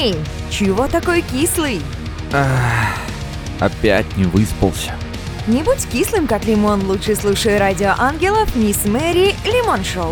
Эй, чего такой кислый? Опять не выспался. Не будь кислым, как лимон, лучше слушай радио ангелов Мисс Мэри Лимон Шоу.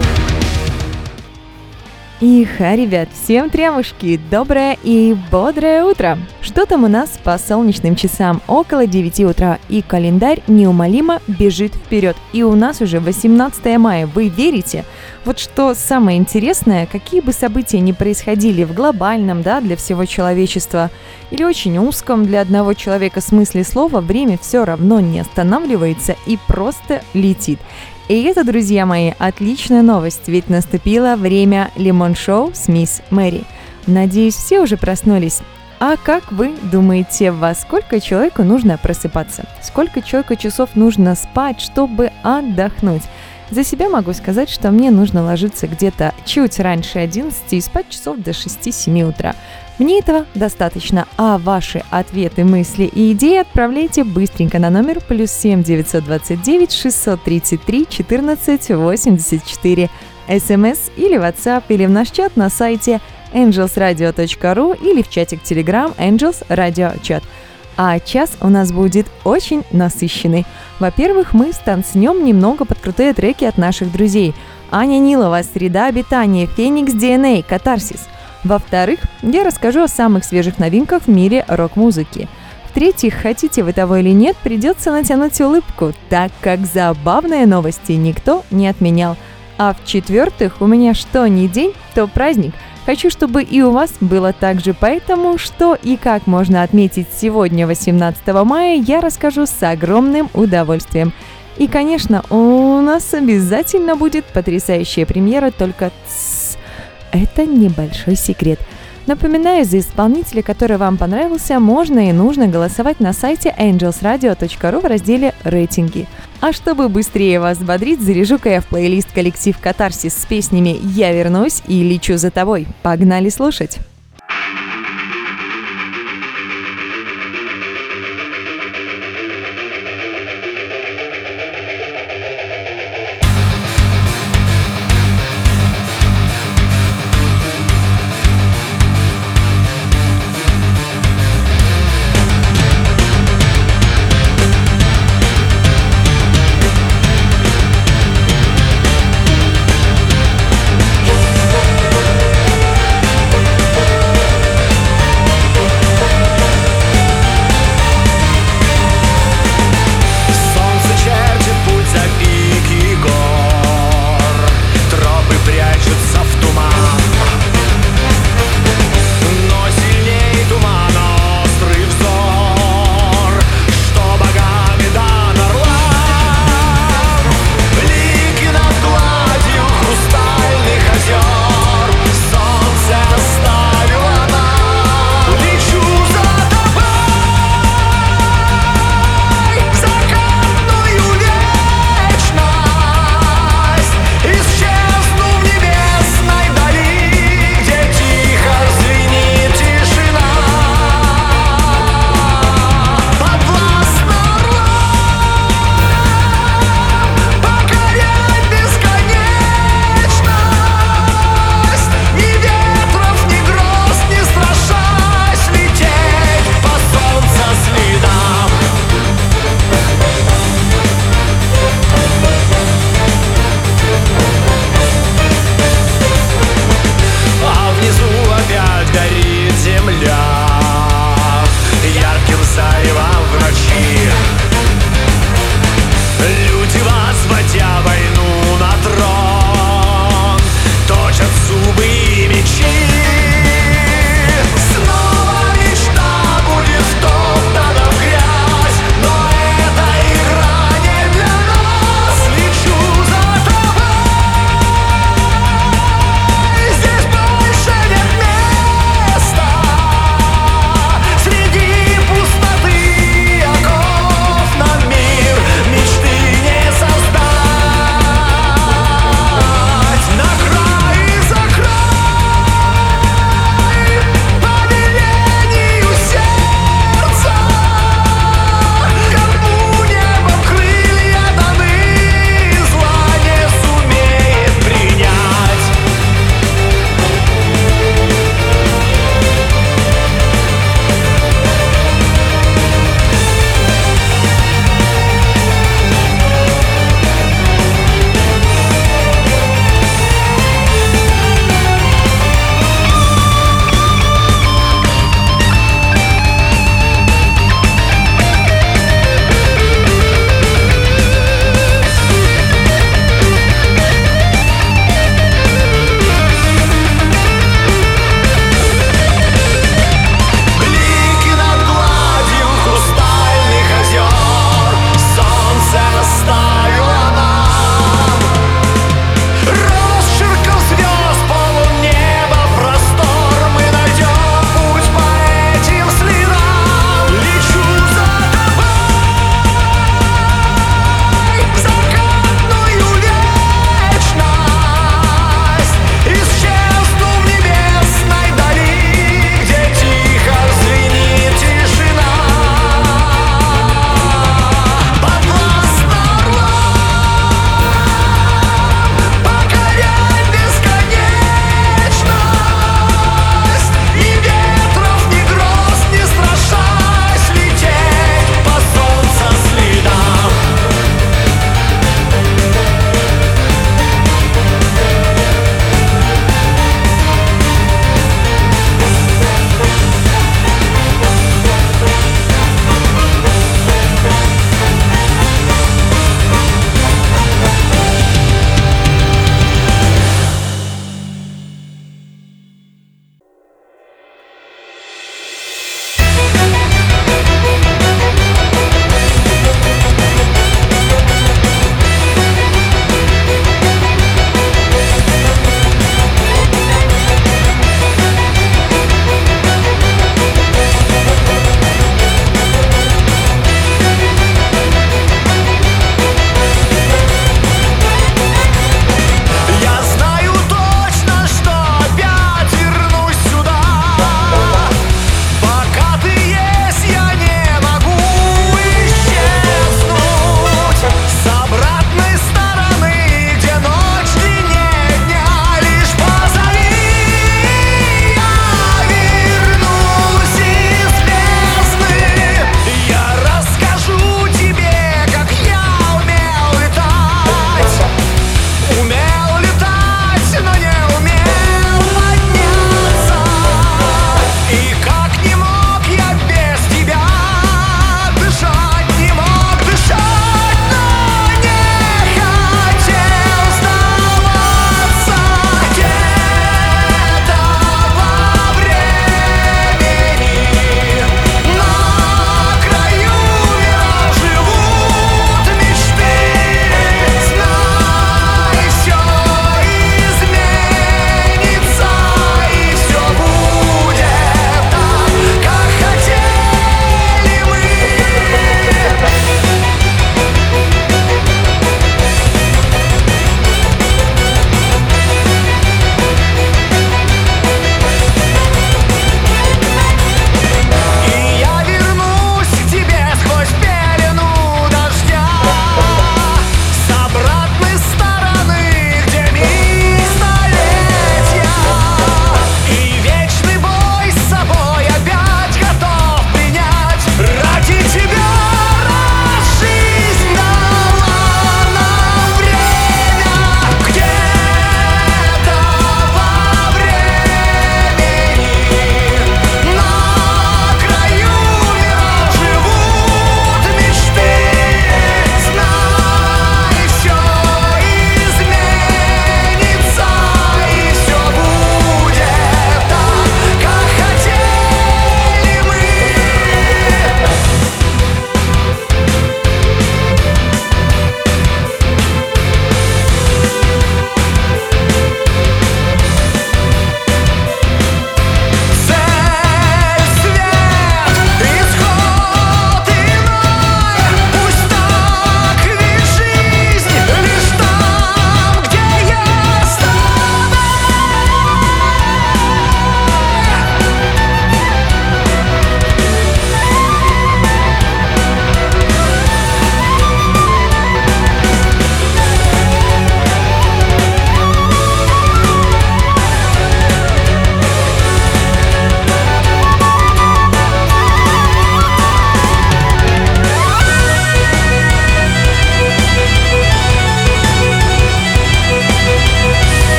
Ребят, всем трямушки, доброе и бодрое утро! Что там у нас по солнечным часам? Около 9 утра, и календарь неумолимо бежит вперед. И у нас уже 18 мая, вы верите? Вот что самое интересное, какие бы события ни происходили в глобальном, для всего человечества, или очень узком для одного человека смысле слова, время все равно не останавливается и просто летит. И это, друзья мои, отличная новость, ведь наступило время Лимон-шоу с Мисс Мэри. Надеюсь, все уже проснулись. А как вы думаете, во сколько человеку нужно просыпаться? Сколько человеку часов нужно спать, чтобы отдохнуть? За себя могу сказать, что мне нужно ложиться где-то чуть раньше 11 и спать часов до 6-7 утра. Мне этого достаточно, а ваши ответы, мысли и идеи отправляйте быстренько на номер +7 929 633 14 84, смс или WhatsApp, или в наш чат на сайте angelsradio.ru или в чатик Telegram Angels Radio Chat. А час у нас будет очень насыщенный. Во-первых, мы станцнем немного под крутые треки от наших друзей. Аня Нилова, «Среда обитания», Феникс DNA, «Катарсис». Во-вторых, я расскажу о самых свежих новинках в мире рок-музыки. В-третьих, хотите вы того или нет, придется натянуть улыбку, так как забавные новости никто не отменял. А в-четвертых, у меня что ни день, то праздник. Хочу, чтобы и у вас было так же, поэтому что и как можно отметить сегодня, 18 мая, я расскажу с огромным удовольствием. И, конечно, у нас обязательно будет потрясающая премьера, только это небольшой секрет. Напоминаю, за исполнителя, который вам понравился, можно и нужно голосовать на сайте angelsradio.ru в разделе «Рейтинги». А чтобы быстрее вас бодрить, заряжу-ка я в плейлист коллектив «Катарсис» с песнями «Я вернусь» и «Лечу за тобой». Погнали слушать!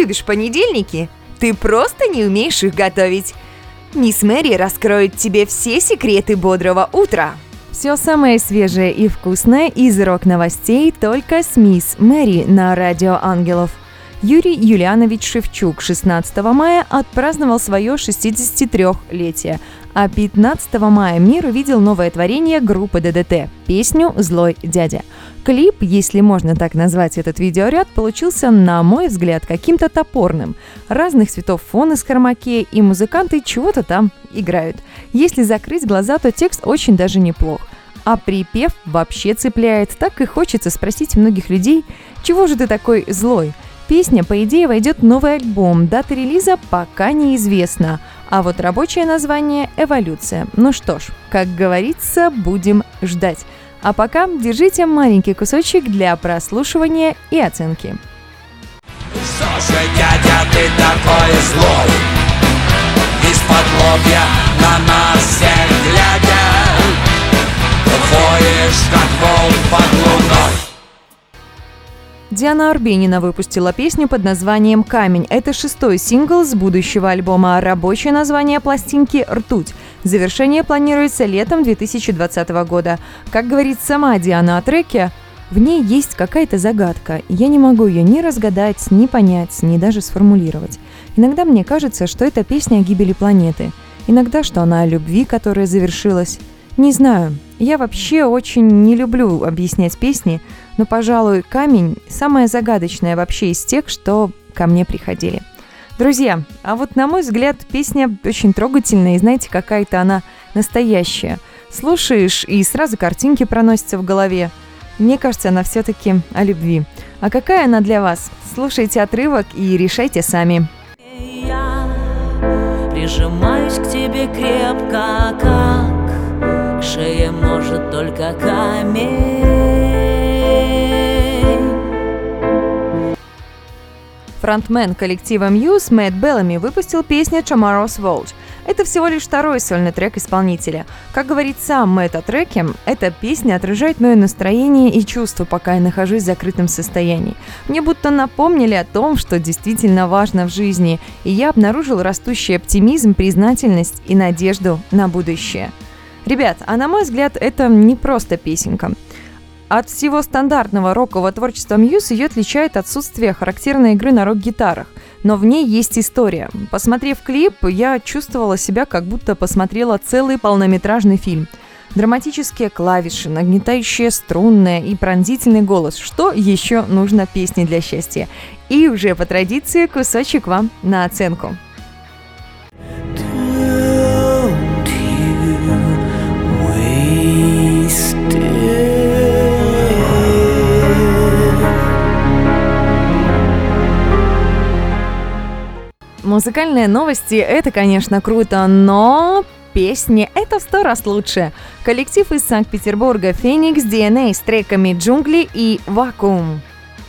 любишь понедельники? Ты просто не умеешь их готовить. Мисс Мэри раскроет тебе все секреты бодрого утра. Все самое свежее и вкусное из рок-новостей только с Мисс Мэри на Радио Ангелов. Юрий Юлианович Шевчук 16 мая отпраздновал свое 63-летие, а 15 мая мир увидел новое творение группы ДДТ – песню «Злой дядя». Клип, если можно так назвать этот видеоряд, получился, на мой взгляд, каким-то топорным. Разных цветов фон из хромакея, и музыканты чего-то там играют. Если закрыть глаза, то текст очень даже неплох. А припев вообще цепляет. Так и хочется спросить многих людей, чего же ты такой злой? Песня, по идее, войдет в новый альбом. Дата релиза пока неизвестна. А вот рабочее название – «Эволюция». Ну что ж, как говорится, будем ждать. А пока держите маленький кусочек для прослушивания и оценки. Что же, дядя, ты такой злой? Из-под лобья на нас всех глядя, ходишь, как волк под луной. Диана Арбенина выпустила песню под названием «Камень». Это 6-й сингл с будущего альбома. Рабочее название пластинки «Ртуть». Завершение планируется летом 2020 года. Как говорит сама Диана о треке, в ней есть какая-то загадка. Я не могу ее ни разгадать, ни понять, ни даже сформулировать. Иногда мне кажется, что это песня о гибели планеты. Иногда, что она о любви, которая завершилась. Не знаю. Я вообще очень не люблю объяснять песни, но, пожалуй, «Камень» – самая загадочная вообще из тех, что ко мне приходили. Друзья, а вот на мой взгляд, песня очень трогательная, и знаете, какая-то она настоящая. Слушаешь, и сразу картинки проносятся в голове. Мне кажется, она все-таки о любви. А какая она для вас? Слушайте отрывок и решайте сами. Я прижимаюсь к тебе крепко, как к шее может только камень. Фронтмен коллектива Muse Мэтт Беллами выпустил песню «Tomorrow's World». Это всего лишь второй сольный трек исполнителя. Как говорит сам Мэтт о треке, эта песня отражает мое настроение и чувства, пока я нахожусь в закрытом состоянии. Мне будто напомнили о том, что действительно важно в жизни, и я обнаружил растущий оптимизм, признательность и надежду на будущее. Ребят, а на мой взгляд, это не просто песенка. От всего стандартного рокового творчества Muse ее отличает отсутствие характерной игры на рок-гитарах. Но в ней есть история. Посмотрев клип, я чувствовала себя, как будто посмотрела целый полнометражный фильм. Драматические клавиши, нагнетающие струнное и пронзительный голос. Что еще нужно песне для счастья? И уже по традиции кусочек вам на оценку. Музыкальные новости – это, конечно, круто, но песни – это в 100 раз лучше. Коллектив из Санкт-Петербурга «Феникс DNA» с треками «Джунгли» и «Вакуум».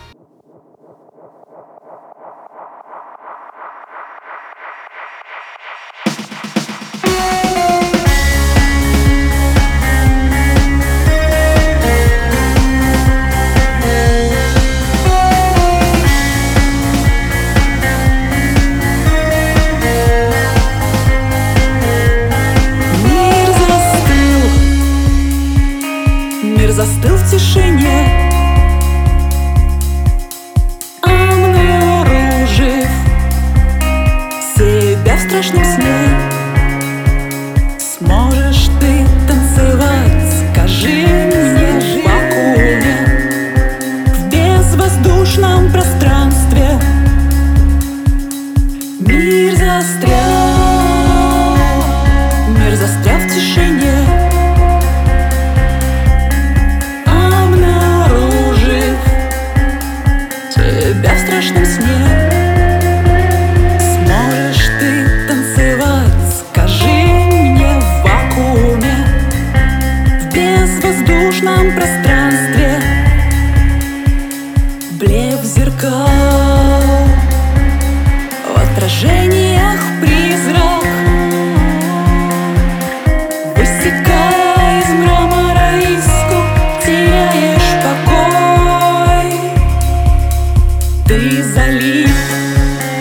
Застыл в тишине, обнаружив себя в страшном сне. Сможешь ты танцевать, скажи мне, в вакууме, в безвоздушном пространстве. Мир застрял в тишине. Тебя в страшном сне. Сможешь ты танцевать, скажи мне, в вакууме, в безвоздушном пространстве. Блеск зеркал, в отражениях призрак, высекая из мрамора иску, теряешь покой. Ты залит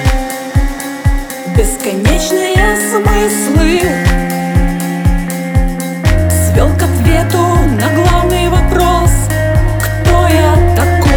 смыслы свел к ответу на главный вопрос: кто я такой?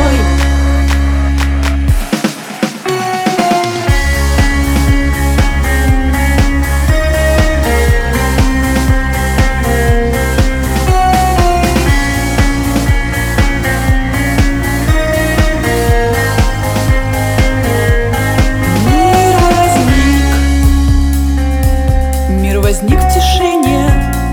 Мир возник в тишине,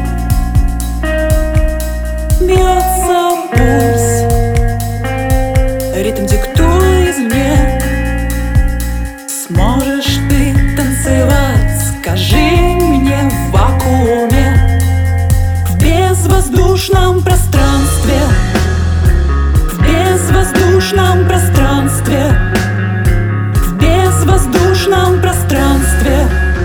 бьется пульс, ритм диктует извне. Сможешь ты танцевать, скажи мне в вакууме, в безвоздушном пространстве, в безвоздушном пространстве, в безвоздушном пространстве.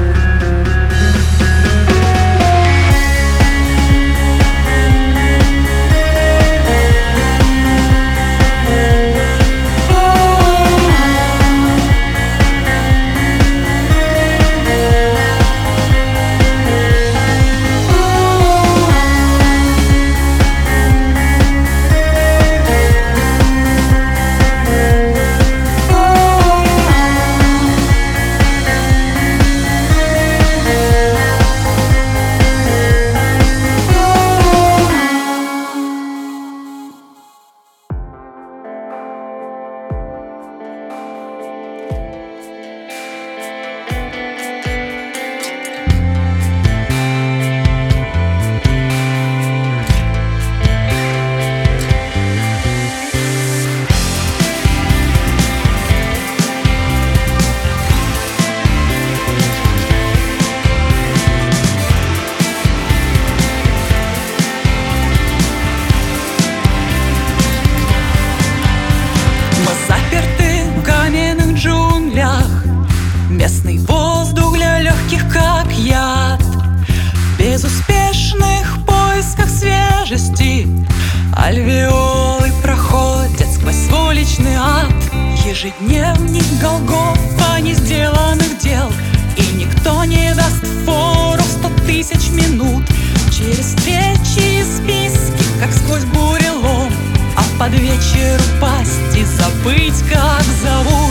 Местный воздух для легких, как яд. В безуспешных поисках свежести альвеолы проходят сквозь свой личный ад. Ежедневник Голгофа не сделанных дел, и никто не даст фору в 100 тысяч минут. Через встречи и списки, как сквозь бурелом, а под вечер упасть и забыть, как зовут.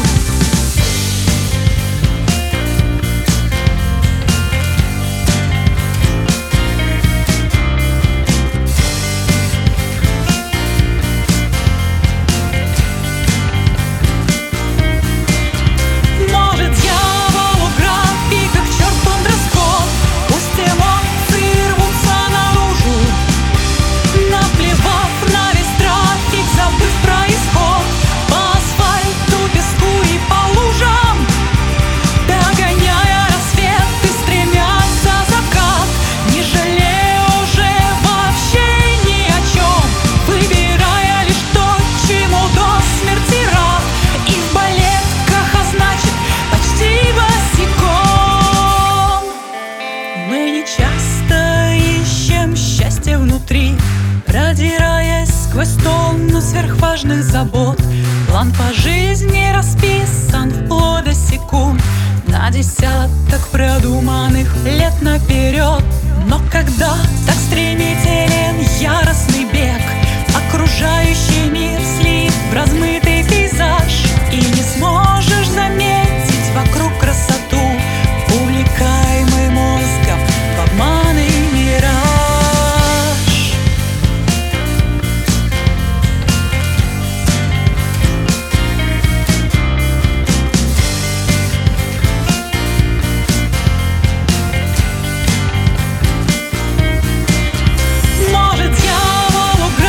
Продираясь сквозь тонну сверхважных забот, план по жизни расписан вплоть до секунд, на десяток продуманных лет наперед. Но когда так стремителен яростный бег, окружающий мир слит в размытый пейзаж, и не сможешь заметить вокруг красоту, увлекаемый мозгом в обман и мираж. Может, дьявол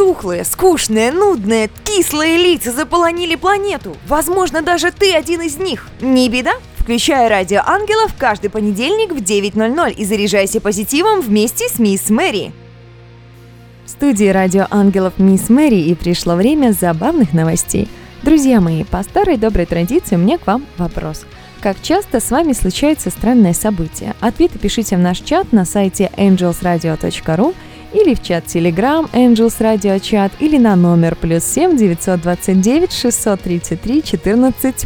тухлые, скучные, нудные, кислые лица заполонили планету. Возможно, даже ты один из них. Не беда? Включай «Радио Ангелов» каждый понедельник в 9:00 и заряжайся позитивом вместе с мисс Мэри. В студии «Радио Ангелов» мисс Мэри, и пришло время забавных новостей. Друзья мои, по старой доброй традиции у меня к вам вопрос. Как часто с вами случаются странные события? Ответы пишите в наш чат на сайте angelsradio.ru или в чат Telegram Angels Radio Chat или на номер +7 929 633 14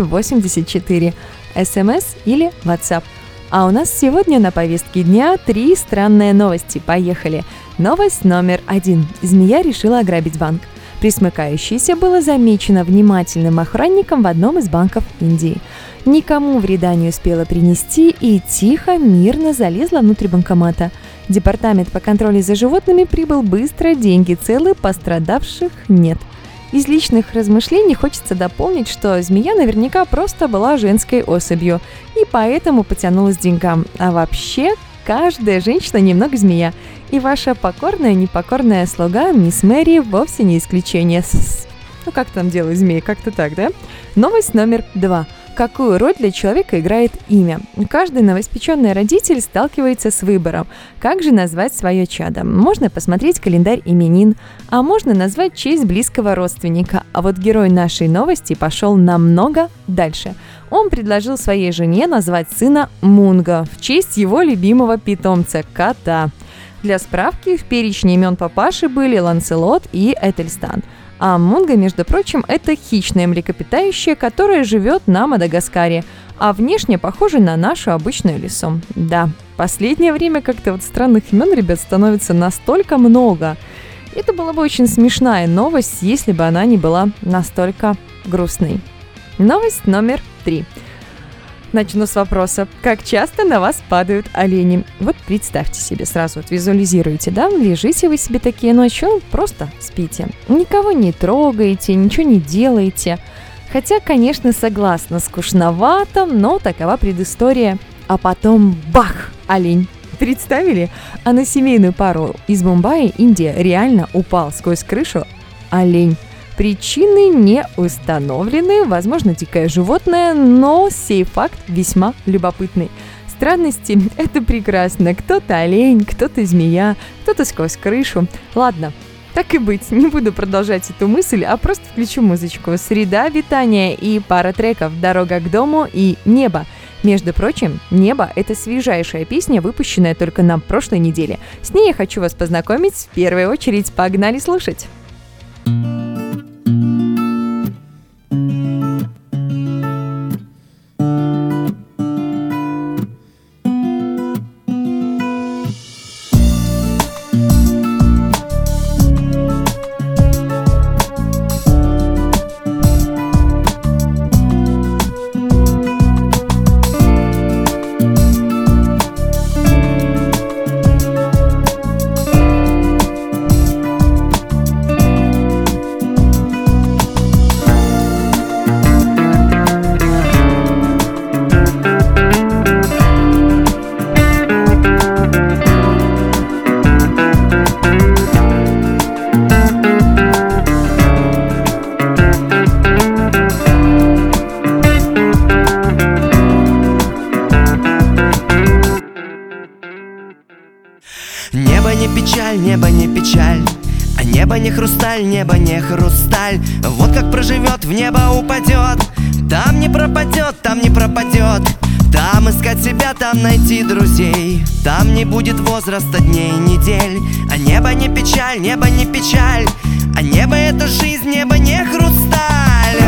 84, СМС или WhatsApp. А у нас сегодня на повестке дня 3 странные новости. Поехали! Новость номер 1. Змея решила ограбить банк. Присмыкающееся было замечено внимательным охранником в одном из банков Индии. Никому вреда не успела принести и тихо, мирно залезла внутрь банкомата. Департамент по контролю за животными прибыл быстро, деньги целы, пострадавших нет. Из личных размышлений хочется дополнить, что змея наверняка просто была женской особью и поэтому потянулась к деньгам. А вообще, каждая женщина немного змея. И ваша покорная, непокорная слуга, мисс Мэри, вовсе не исключение. Ну как там делают змеи, как-то так, да? Новость номер 2. Какую роль для человека играет имя? Каждый новоиспеченный родитель сталкивается с выбором. Как же назвать свое чадо? Можно посмотреть календарь именин, а можно назвать в честь близкого родственника. А вот герой нашей новости пошел намного дальше. Он предложил своей жене назвать сына Мунго в честь его любимого питомца – кота. Для справки, в перечне имен папаши были Ланселот и Этельстан. А Мунго, между прочим, это хищное млекопитающее, которое живет на Мадагаскаре, а внешне похоже на нашу обычную лису. Да, в последнее время как-то вот странных имен, ребят, становится настолько много. Это была бы очень смешная новость, если бы она не была настолько грустной. Новость номер 3. Начну с вопроса. Как часто на вас падают олени? Вот представьте себе сразу, вот визуализируйте, да? Лежите вы себе такие ночью, просто спите. Никого не трогаете, ничего не делаете. Хотя, конечно, согласна, скучновато, но такова предыстория. А потом бах! Олень. Представили? А на семейную пару из Мумбаи, Индия, реально упал сквозь крышу олень. Причины не установлены, возможно, дикое животное, но сей факт весьма любопытный. Странности – это прекрасно. Кто-то олень, кто-то змея, кто-то сквозь крышу. Ладно, так и быть, не буду продолжать эту мысль, а просто включу музычку. Среда обитания и пара треков «Дорога к дому» и «Небо». Между прочим, «Небо» — это свежайшая песня, выпущенная только на прошлой неделе. С ней я хочу вас познакомить в первую очередь. Погнали слушать! Небо не печаль, а небо не хрусталь, небо не хрусталь. Вот как проживет, в небо упадет. Там не пропадет, там не пропадет. Там искать себя, там найти друзей. Там не будет возраста дней, недель. А небо не печаль, небо не печаль. А небо это жизнь, небо не хрусталь.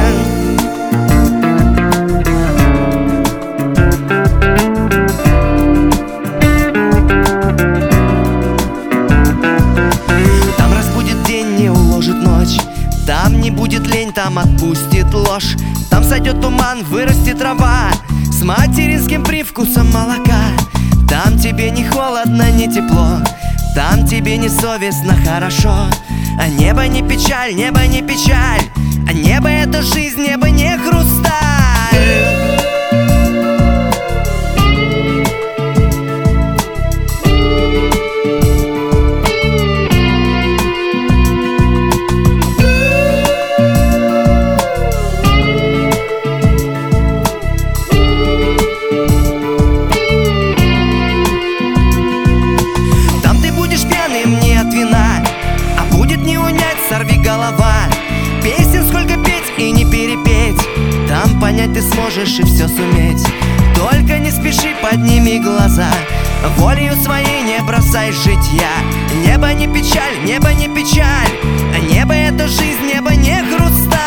Там не будет лень, там отпустит ложь. Там сойдет туман, вырастет трава с материнским привкусом молока. Там тебе не холодно, не тепло. Там тебе не совестно, хорошо. А небо не печаль, небо не печаль. А небо это жизнь, небо не хрусталь. суметь. Только не спеши, подними глаза, волею своей не бросай житья. Небо не печаль, небо не печаль, небо это жизнь, небо не хрусталь.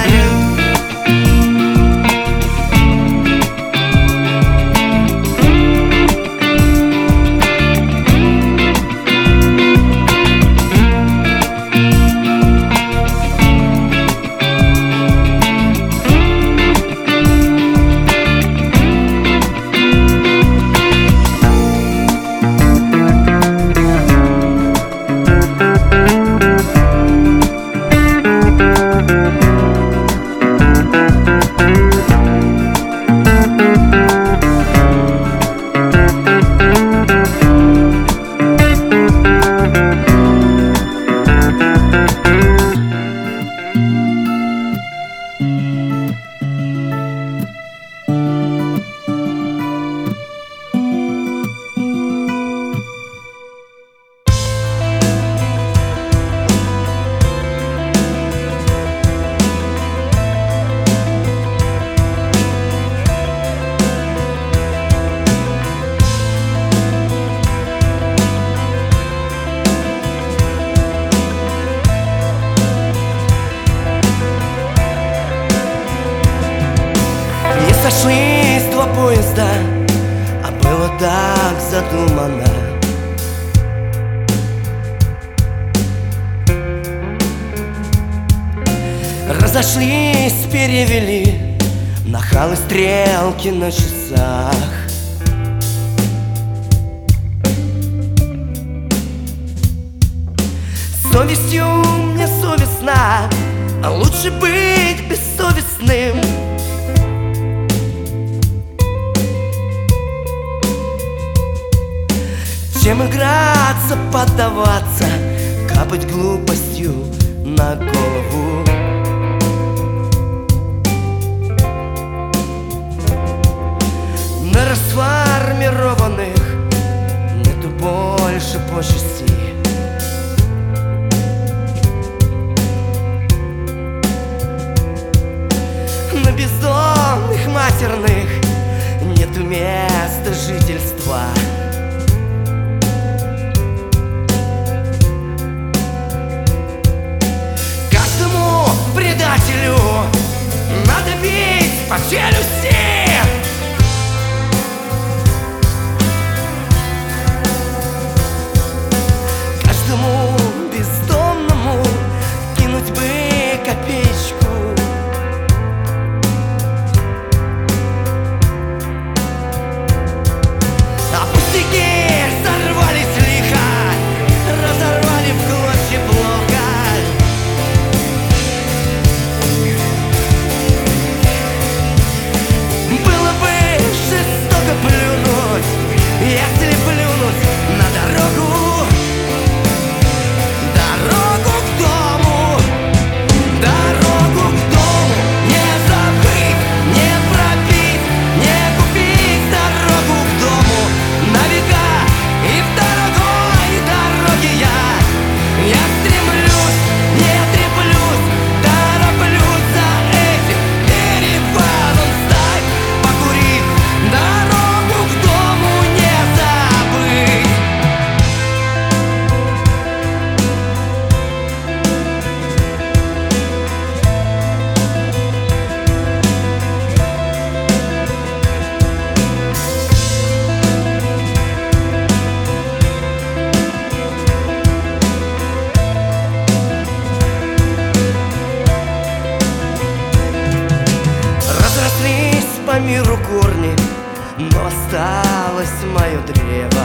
Сошлись два поезда, а было так задумано. Разошлись, перевели нахалы стрелки на часах. Совестью мне совестно, а лучше быть бессовестным. Чем играться, поддаваться, капать глупостью на голову. На расформированных нету больше почестей. На бездомных матерных нету места жительства. Предателю надо бить по челюсти. Каждому бездомному кинуть бы копеечку. А пустяки сорвались лихо, разорвали в клочья плохо. Если плюнуть на дорогу, дорогу к дому, дорогу к дому, не забыть, не пробить, не купить дорогу к дому. На века и в дорогой дороге я стремлюсь, не треплюсь, тороплюсь за этим перепадом стать, покурить дорогу к дому. Разрослись по миру корни, но осталось мое древо.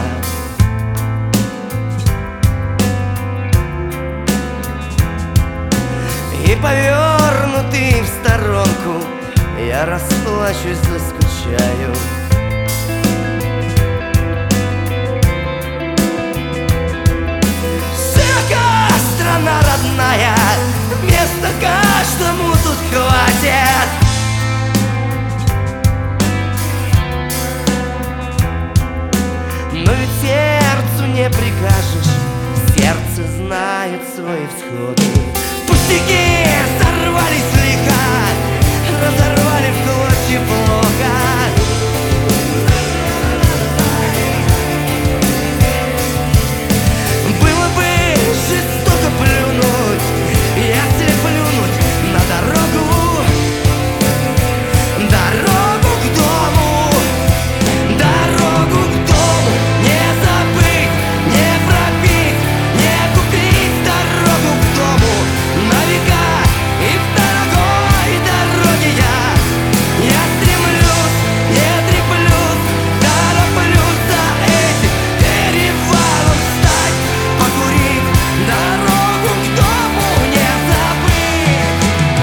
И повернутый в сторонку я расплачусь, заскучаю. Всякая страна родная, места каждому тут хватит. Но ведь сердцу не прикажешь, сердце знает свои всходы. Пустяки сорвались лихо, разорвали в клочья плохо. много. Было бы жестоко плюнуть, если плюнуть на дорогу, дорогу к дому, дорогу к дому. Не забыть, не пробить, не купить дорогу к дому. На века и в дорогой дороге я стремлюсь, не треплюсь, тороплюсь за этим перевалом встать, покурить, дорогу к дому не забыть.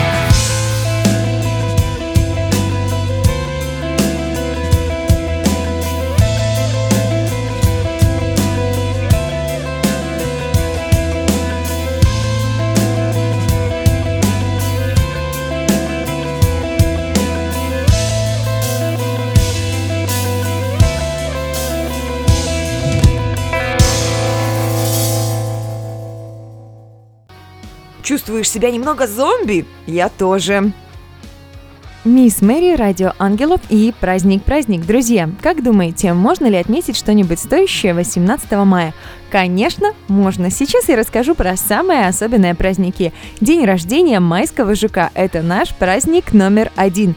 Чувствуешь себя немного зомби? Я тоже. Мисс Мэри, Радио Ангелов и праздник-праздник. Друзья, как думаете, можно ли отметить что-нибудь стоящее 18 мая? Конечно, можно. Сейчас я расскажу про самые особенные праздники. День рождения майского жука – это наш праздник номер 1.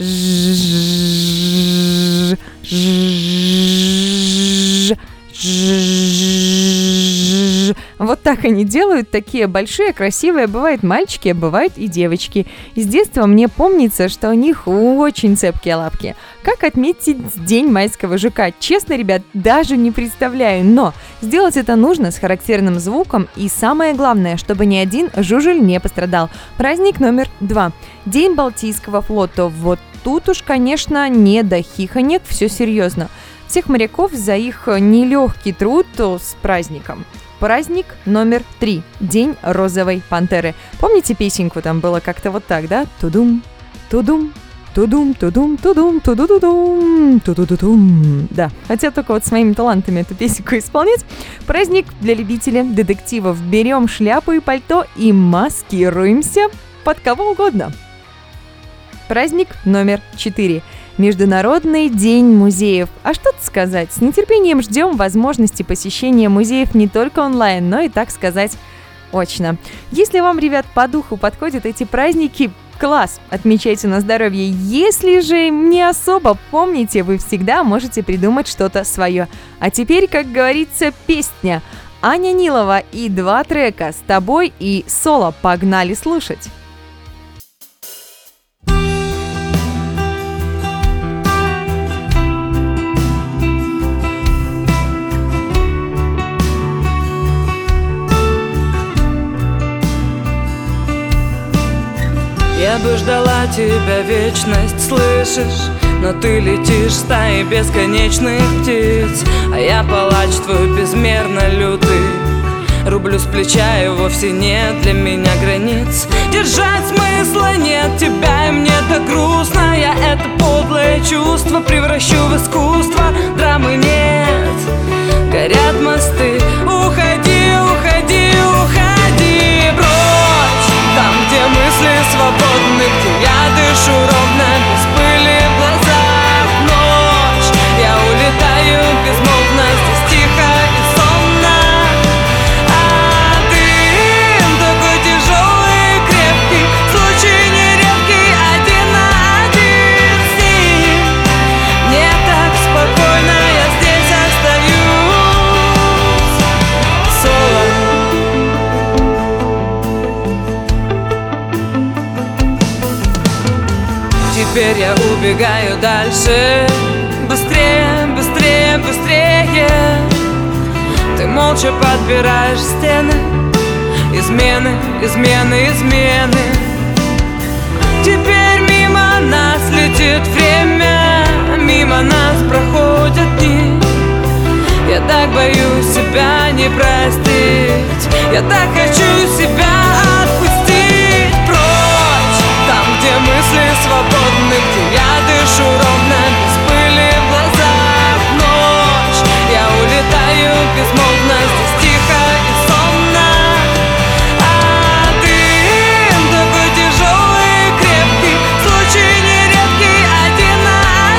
Вот так они делают, такие большие, красивые. Бывают мальчики, а бывают и девочки. С детства мне помнится, что у них очень цепкие лапки. Как отметить День майского жука? Честно, ребят, даже не представляю. Но сделать это нужно с характерным звуком. И самое главное, чтобы ни один жужель не пострадал. Праздник номер 2. День Балтийского флота. Вот тут уж, конечно, не до хихонек, все серьезно. Всех моряков за их нелегкий труд с праздником. Праздник номер 3. День розовой пантеры. Помните песенку? Там было как-то вот так, да? Тудум, тудум, тудум, тудум, тудум, тудудудум, тудудудум. Да, хотя только вот с моими талантами эту песенку исполнять. Праздник для любителей детективов. Берем шляпу и пальто и маскируемся под кого угодно. Праздник номер 4. Международный день музеев. А что тут сказать? С нетерпением ждем возможности посещения музеев не только онлайн, но и, так сказать, очно. Если вам, ребят, по духу подходят эти праздники, класс, отмечайте на здоровье. Если же не особо, помните, вы всегда можете придумать что-то свое. А теперь, как говорится, песня. Аня Нилова и 2 трека «С тобой» и «Соло». Погнали слушать! Я бы ждала тебя вечность, слышишь? Но ты летишь стаей бесконечных птиц, а я палач твой безмерно лютый. Рублю с плеча, и вовсе нет для меня границ. Держать смысла нет, тебя и мне так грустно. Я это подлое чувство превращу в искусство. Драмы нет, горят мосты. Уходи, уходи, уходи прочь. Там, где мысли свободны, где я дышу ровно, без пыли в глазах ночь. Я улетаю безмолвно, здесь тихо и сонно. А дым такой тяжелый и крепкий, случай нередкий, 1 на 1 с ним. Мне так спокойно, я здесь остаюсь соло. Теперь я убегаю дальше. Быстрее, быстрее, быстрее. Ты молча подбираешь стены. Измены, измены, измены. Теперь мимо нас летит время, мимо нас проходят дни. Я так боюсь себя не простить. Я так хочу себя отпустить прочь. Там, где мысли свободны, где я дышу ровно, без пыли в глазах ночь. Я улетаю безмолвно, здесь тихо и сонно. А дым такой тяжелый и крепкий, случай нередкий, 1 на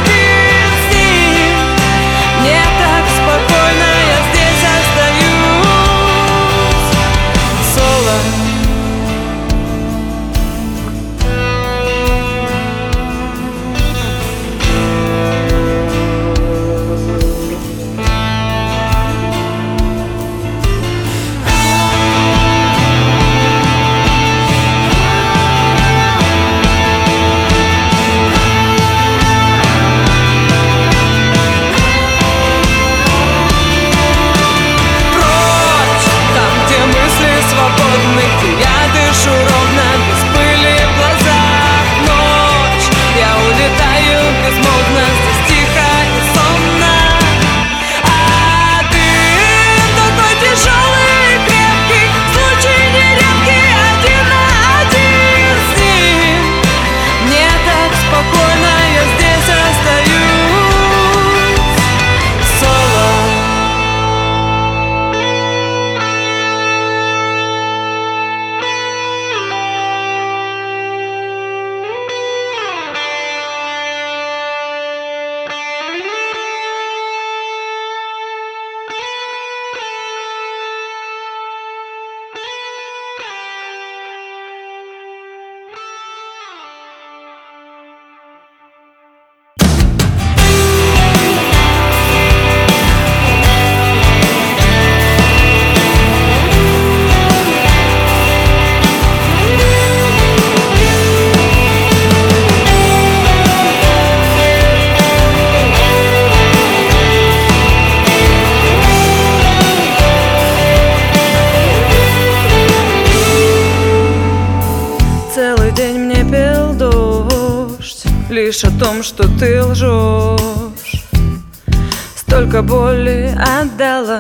том, что ты лжешь. Столько боли отдала,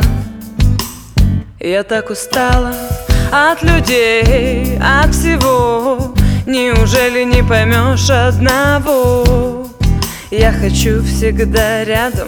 я так устала от людей, от всего. Неужели не поймешь одного? Я хочу всегда рядом,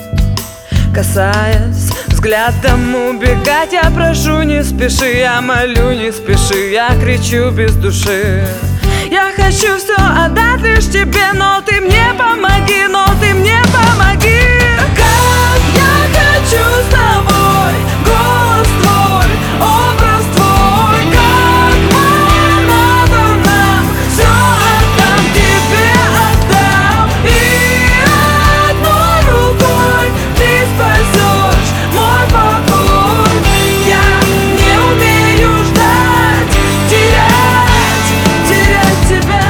касаясь взглядом убегать. Я прошу, не спеши, я молю, не спеши, я кричу без души. Я хочу все отдать лишь тебе, но ты мне помоги, но ты мне помоги. Как я хочу с тобой, голос твой, образ твой. Как мало нам, все отдам, тебе отдам. И одной рукой ты спасешь мой покой. Я не умею ждать, терять тебя.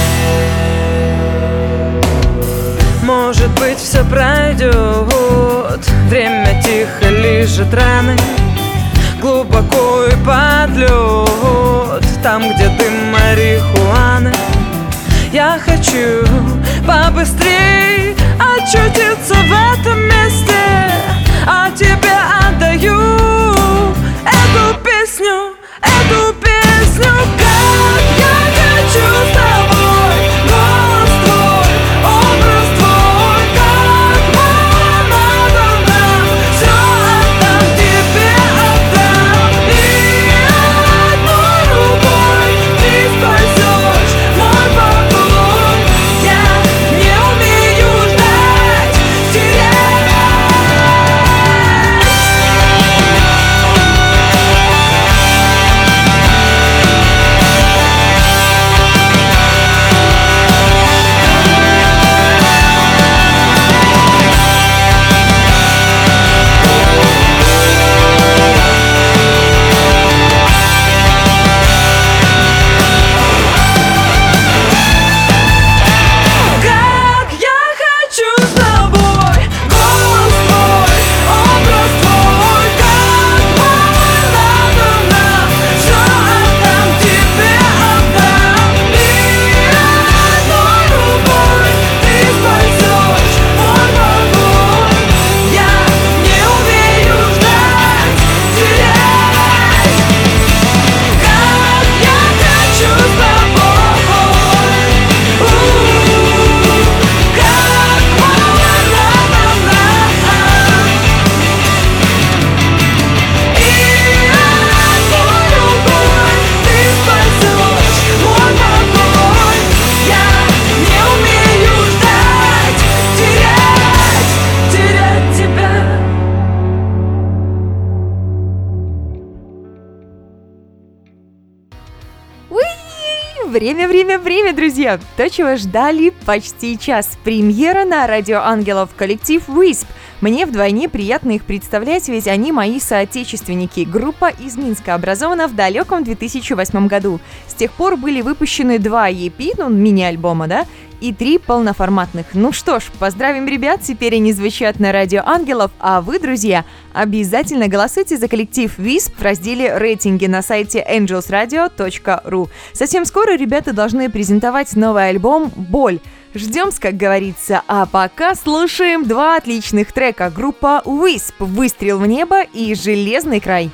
Может быть, все пройдет, время тихо лижет раны, глубоко и под лед, там, где дым марихуаны. Я хочу побыстрей очутиться в этом месте, а тебе отдаю эту песню. Как я хочу с тобой, голос твой, образ твой. Как мало нам, все отдам, тебе отдам. И одной рукой ты спасешь мой покой. Я не умею ждать, терять. Как я хочу с тобой, голос твой, образ твой. Как мало нам, все отдам, тебе отдам. И одной рукой ты спасешь мой покой. Я не умею ждать, терять. Как я хочу с тобой, как мало нам, и одной рукой ты спасешь мой покой. Я не умею ждать, терять тебя. Уи! Время, друзья! То, чего ждали почти час. Премьера на Радио Ангелов, коллектив Wisp. Мне вдвойне приятно их представлять, ведь они мои соотечественники. Группа из Минска образована в далеком 2008 году. С тех пор были выпущены 2 EP, мини-альбома, да? И 3 полноформатных. Ну что ж, поздравим ребят, теперь они звучат на Радио Ангелов, а вы, друзья, обязательно голосуйте за коллектив Wisp в разделе «Рейтинги» на сайте angelsradio.ru. Совсем скоро ребята должны презентовать новый альбом «Боль». Ждем-с, как говорится, а пока слушаем 2 отличных трека. Группа Wisp «Выстрел в небо» и «Железный край».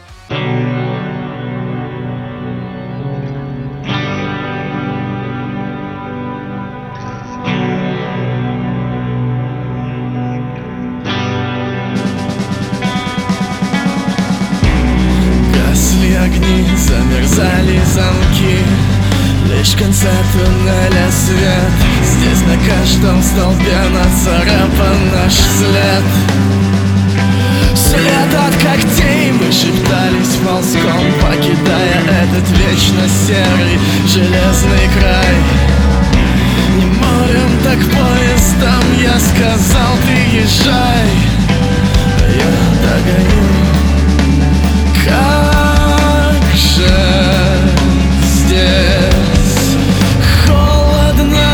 Гасли огни, замерзали замки, лишь в конце туннеля свет. Здесь на каждом столбе нацарапан наш след. След от когтей, мы шептались ползком, покидая этот вечно серый железный край. Не морем, так поездом, я сказал, ты езжай, я догоню. Как же здесь холодно,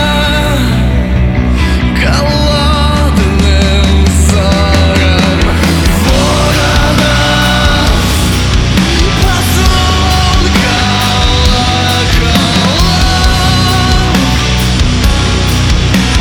голодным взором ворона позвон колокола.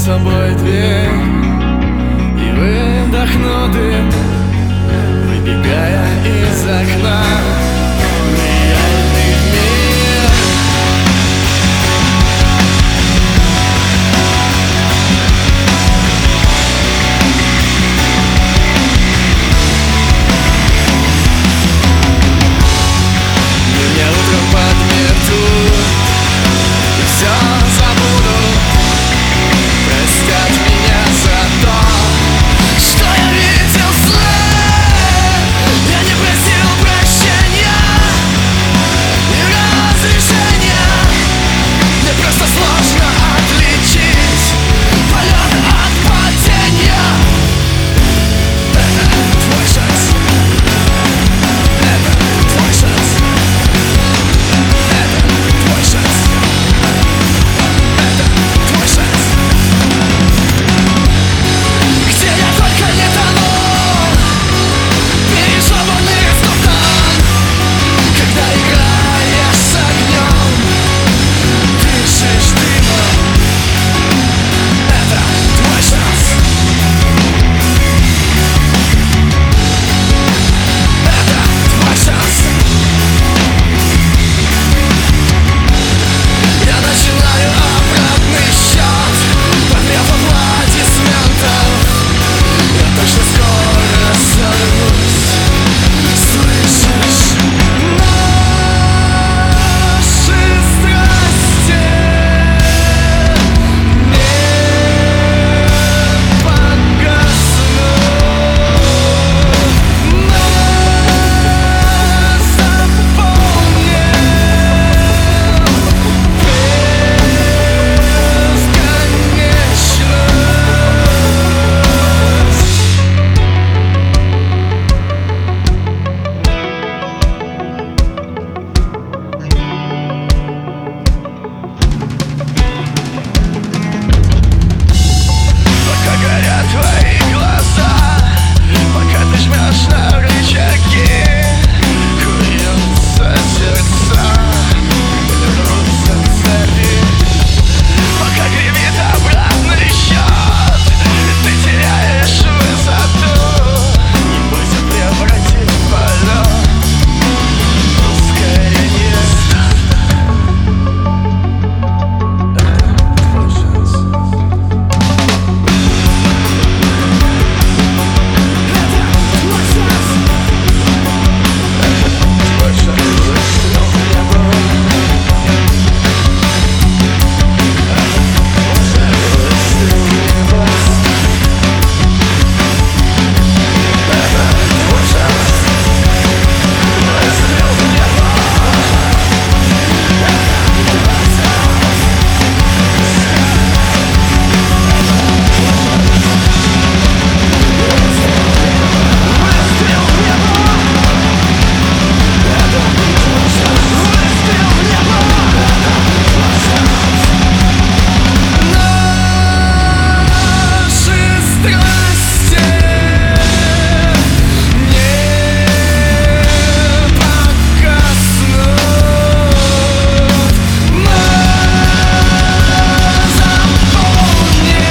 собой дверь и выдохну дым, выбегая из окна в реальный мир. Меня утром подметут и все забуду. Простят меня за то, что я видел сны. Я не просил прощения и разрешения. Мне просто сложно отличить полет от падения. Это твой шанс. Это твой шанс. Это твой шанс. Это твой шанс. Где я только не тонул, пережеванный стоптан. Когда играешь с огнем, дышишь дымом. Это твой шанс. Это твой шанс. Я начинаю обратный счет под рев аплодисментов. Я точно скоро сорвусь. Слышишь? Наши страсти не погаснут. Нас заполнит пока горят твои глаза, пока ты жмешь на рычаги, куются сердца, рвутся цепи. Пока гремит обратный счет, ты теряешь высоту. Не бойся превратить полет в ускорение. Это твой шанс. Твой шанс. Выстрел в небо. Выстрел в небо. Это твой шанс. Выстрел в небо. Наши страсти не погаснут. Нас заполнит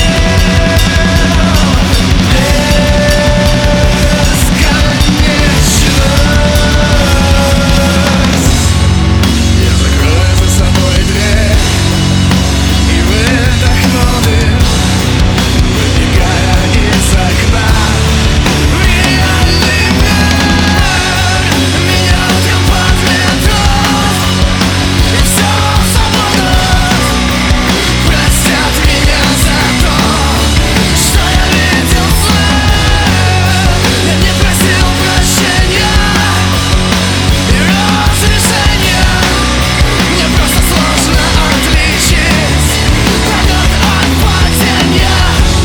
бесконечность. Я закрою за собой дверь и выдохну дым, выбегая из окна в реальный мир. Меня утром подметут и все забудут. Простят меня за то, что я видел сны. Я не просил прощения и разрешения. Мне просто сложно отличить полет от падения.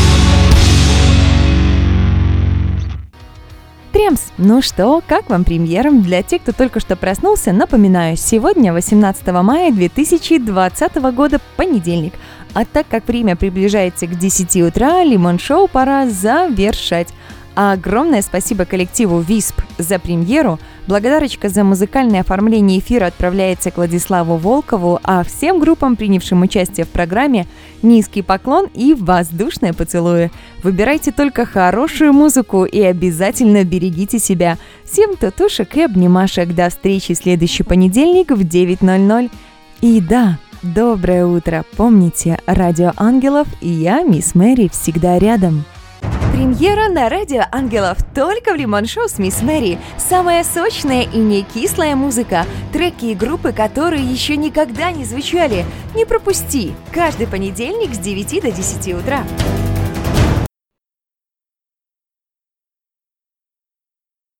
Тремс! Ну что, как вам премьера? Для тех, кто только что проснулся, напоминаю, сегодня 18 мая 2020 года, понедельник. А так как время приближается к 10 утра, Лимон Шоу пора завершать. А огромное спасибо коллективу Висп за премьеру. Благодарочка за музыкальное оформление эфира отправляется к Владиславу Волкову, а всем группам, принявшим участие в программе, низкий поклон и воздушные поцелуи. Выбирайте только хорошую музыку и обязательно берегите себя. Всем татушек и обнимашек. До встречи в следующий понедельник в 9:00. И да, доброе утро. Помните, Радио Ангелов и я, мисс Мэри, всегда рядом. Премьера на Радио Ангелов только в Лимон-шоу с мисс Мэри. Самая сочная и не кислая музыка. Треки и группы, которые еще никогда не звучали. Не пропусти. Каждый понедельник с 9 до 10 утра.